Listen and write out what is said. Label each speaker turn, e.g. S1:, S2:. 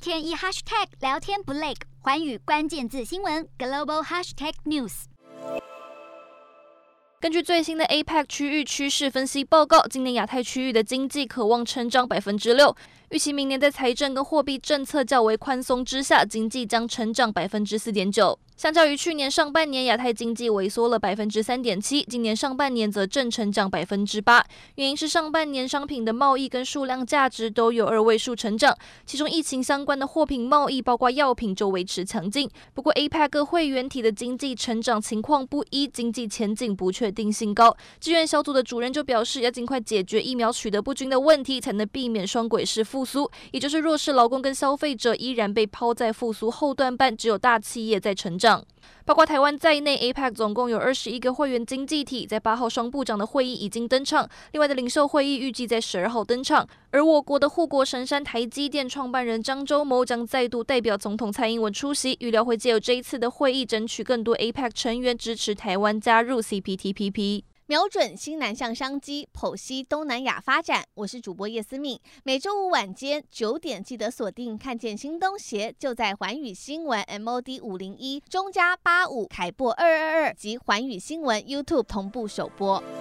S1: 天一 hashtag 聊天不累，寰宇关键字新闻 global hashtag news。
S2: 根据最新的 APEC 区域趋势分析报告，今年亚太区域的经济可望成长6%，预期明年在财政跟货币政策较为宽松之下，经济将成长4.9%。相较于去年上半年，亚太经济萎缩了3.7%，今年上半年则正成长8%。原因是上半年商品的贸易跟数量价值都有2位数成长，其中疫情相关的货品贸易，包括药品就维持强劲。不过 APEC 各会员体的经济成长情况不一，经济前景不确定性高。支援小组的主任就表示，要尽快解决疫苗取得不均的问题，才能避免双轨式复苏，也就是弱势劳工跟消费者依然被抛在复苏后段班，只有大企业在成长。包括台湾在内 ，APEC 总共有21个会员经济体，在8号双部长的会议已经登场，另外的领袖会议预计在12号登场。而我国的护国神山台积电创办人张忠谋将再度代表总统蔡英文出席，预料会借由这一次的会议，争取更多 APEC 成员支持台湾加入 CPTPP。
S3: 瞄准新南向商机，剖析东南亚发展。我是主播叶思敏，每周五晚间9点记得锁定，看见新东协就在寰宇新闻 MOD 501中加85凯擘222及寰宇新闻 YouTube 同步首播。